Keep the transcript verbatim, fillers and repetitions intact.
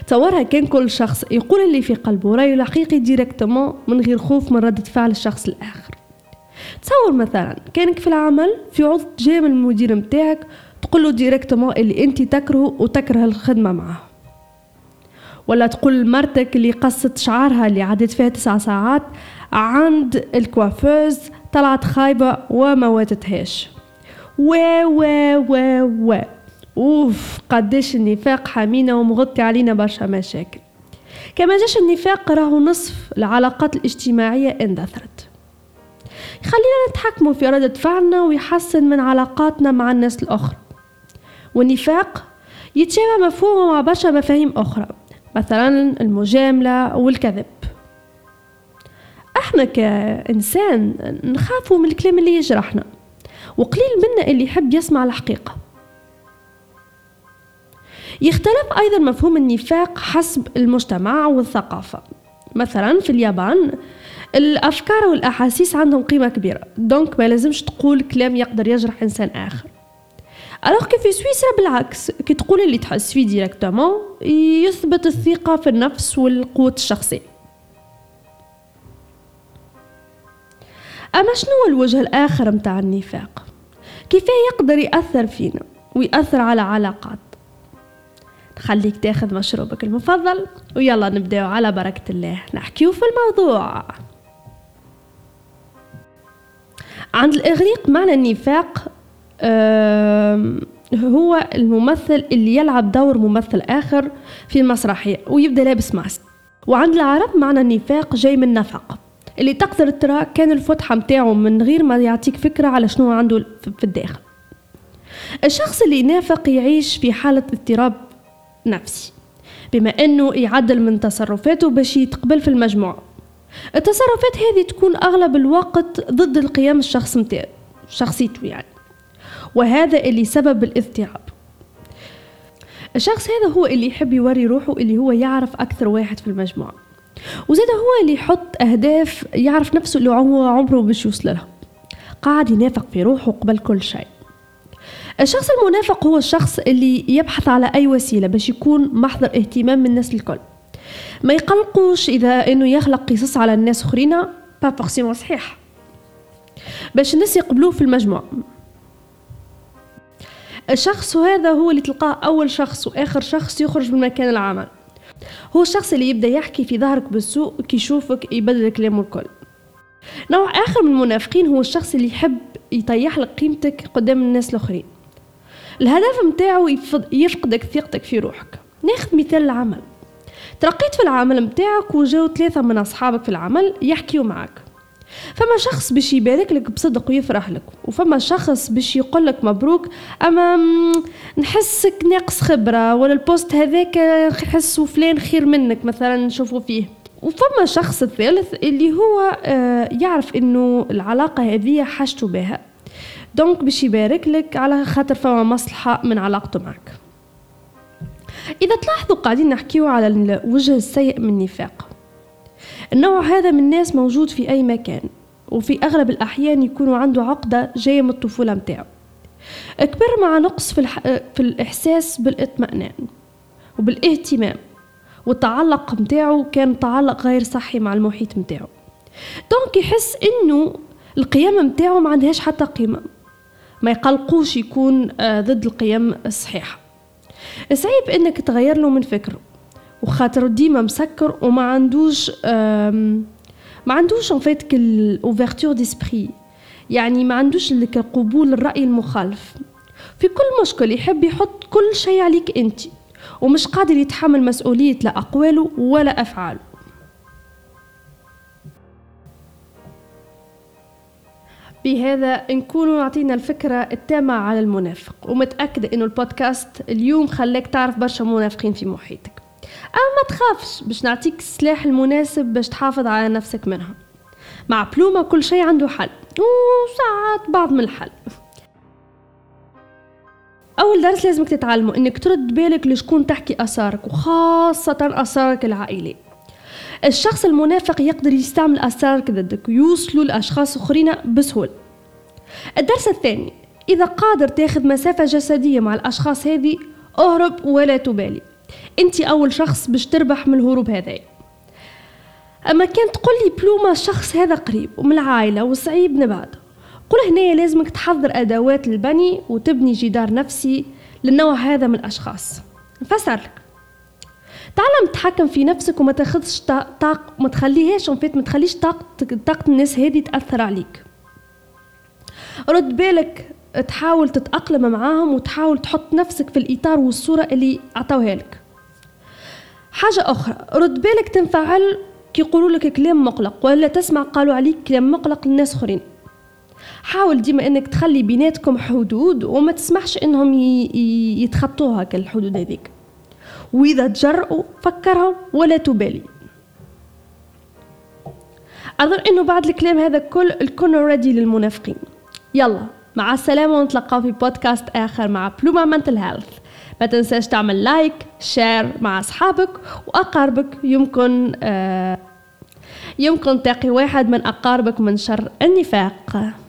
تصورها كان كل شخص يقول اللي في قلبه رأيه الحقيقي ديريكتومون من غير خوف من ردة فعل الشخص الآخر. تصور مثلا كانك في العمل في عضو جامل المدير متاعك تقول له ديريكتومون اللي انت تكره وتكره الخدمة معه، ولا تقول لمرتك اللي قصت شعرها اللي عدت فيها تسع ساعات عند الكوافوز طلعت خايبة وما واتتهاش. و و و و اوف قديش النفاق حامينا ومغطي علينا برشا مشاكل. كما جاش النفاق راهو نصف العلاقات الاجتماعية اندثرت، خلينا نتحكموا في ردة فعلنا ويحسن من علاقاتنا مع الناس الأخرى. والنفاق يتشابه مفهومه مع برشا مفاهيم أخرى، مثلا المجاملة والكذب. احنا كإنسان نخافوا من الكلام اللي يجرحنا، وقليل منا اللي يحب يسمع الحقيقة. يختلف أيضا مفهوم النفاق حسب المجتمع والثقافة. مثلا في اليابان الأفكار والأحاسيس عندهم قيمة كبيرة، دونك ما لازمش تقول كلام يقدر يجرح إنسان آخر. ألوغ كي في سويسرا بالعكس، كي تقول اللي تحس فيه ديريكتومون يثبت الثقة في النفس والقوة الشخصية. أما شنو الوجه الآخر متاع النفاق؟ كيف يقدر يأثر فينا ويأثر على علاقات؟ خليك تاخذ مشروبك المفضل ويلا نبدأ على بركة الله نحكيو في الموضوع. عند الإغريق معنى النفاق هو الممثل اللي يلعب دور ممثل آخر في المسرحية ويبدأ لابس ماسك. وعند العرب معنى النفاق جاي من نفق، اللي تقدر ترى كان الفتحة متاعه من غير ما يعطيك فكرة على شنو عنده في الداخل. الشخص اللي ينافق يعيش في حالة اضطراب نفسي، بما أنه يعدل من تصرفاته باش يتقبل في المجموعة. التصرفات هذه تكون أغلب الوقت ضد القيم الشخص متاعه شخصيته يعني، وهذا اللي سبب الاضطراب. الشخص هذا هو اللي يحب يوري روحه اللي هو يعرف أكثر واحد في المجموعة، وزاد هو اللي يحط أهداف يعرف نفسه اللي هو عمره باش يوصل لها، قاعد ينافق في روحه قبل كل شيء. الشخص المنافق هو الشخص اللي يبحث على أي وسيلة باش يكون محضر اهتمام من الناس الكل، ما يقلقوش إذا إنه يخلق قصص على الناس أخرين با فورسيمون صحيح باش الناس يقبلوه في المجموعة. الشخص هذا هو اللي تلقاه أول شخص وآخر شخص يخرج من مكان العمل، هو الشخص اللي يبدأ يحكي في ظهرك بالسوء كي يشوفك يبدل كلامه الكل. نوع آخر من المنافقين هو الشخص اللي يحب يطيح لك قيمتك قدام الناس الآخرين، الهدف متاعه يفقدك ثقتك في روحك. ناخذ مثال العمل، ترقيت في العمل متاعك وجاو ثلاثة من أصحابك في العمل يحكيوا معك، فما شخص باش يبارك لك بصدق ويفرح لك، وفما شخص باش يقول لك مبروك أما نحسك ناقص خبرة، ولا البوست هذاك نحسوا فلان خير منك مثلا نشوفوا فيه. وفما شخص الثالث اللي هو يعرف إنه العلاقة هذه حاجته بها، دونك باش يبارك لك على خاطر فما مصلحة من علاقته معك. إذا تلاحظوا قاعدين نحكيو على الوجه السيء من النفاق. النوع هذا من الناس موجود في أي مكان، وفي أغلب الأحيان يكونوا عنده عقدة جاية من الطفولة متاعه، كبر مع نقص في, الح... في الإحساس بالاطمئنان وبالاهتمام، والتعلق متاعه كان تعلق غير صحي مع المحيط متاعه، دونك يحس إنه القيم متاعه ما عندهاش حتى قيمة، ما يقلقوش يكون ضد القيم الصحيحة. صعيب إنك تغير له من فكره، وخاطر ديما مسكر وما عندوش ما عندوش en fait الأوفرتور d'esprit، يعني ما عندوش قبول الرأي المخالف. في كل مشكل يحب يحط كل شيء عليك أنت، ومش قادر يتحمل مسؤولية لا أقواله ولا أفعاله. بهذا نكون نعطينا الفكرة التامة على المنافق، ومتأكدة إنه البودكاست اليوم خلاك تعرف برشا منافقين في محيطك. أما ما تخافش، باش نعطيك السلاح المناسب باش تحافظ على نفسك منها. مع بلومة كل شيء عنده حل، وساعات بعض من الحل. أول درس لازمك تتعلمه إنك ترد بالك لشكون تحكي أسرارك، وخاصة أسرارك العائلية. الشخص المنافق يقدر يستعمل أسرارك ضدك ويوصلوا لأشخاص أخرين بسهولة. الدرس الثاني، إذا قادر تاخذ مسافة جسدية مع الأشخاص هذه اهرب ولا تبالي. انت اول شخص باش تربح من الهروب هذا. اما كان تقول لي بلومة الشخص هذا قريب ومن العائلة وصعيب نبعد، قول هنا لازمك تحضر ادوات البني وتبني جدار نفسي للنوع هذا من الاشخاص. نفسر لك، تعلم تتحكم في نفسك وما تاخذش طاق، ما تخليهاش وفيت ما تخليش طاقة طاقة الناس هذه تأثر عليك. رد بالك، تحاول تتأقلم معاهم وتحاول تحط نفسك في الإطار والصورة اللي عطوها لك. حاجة أخرى، رد بالك تنفعل كي يقولوا لك كلام مقلق ولا تسمع قالوا عليك كلام مقلق للناس آخرين. حاول ديما انك تخلي بيناتكم حدود وما تسمحش انهم يتخطوها كالحدود هذيك، واذا تجرؤوا فكرهم ولا تبالي. اظن انه بعد الكلام هذا كل الكل ريدي للمنافقين. يلا مع السلامة ونتلقاو في بودكاست آخر مع بلومة منتل هيلث. ما تنساش تعمل لايك شير مع أصحابك وأقاربك، يمكن آه يمكن تقي واحد من أقاربك من شر النفاق.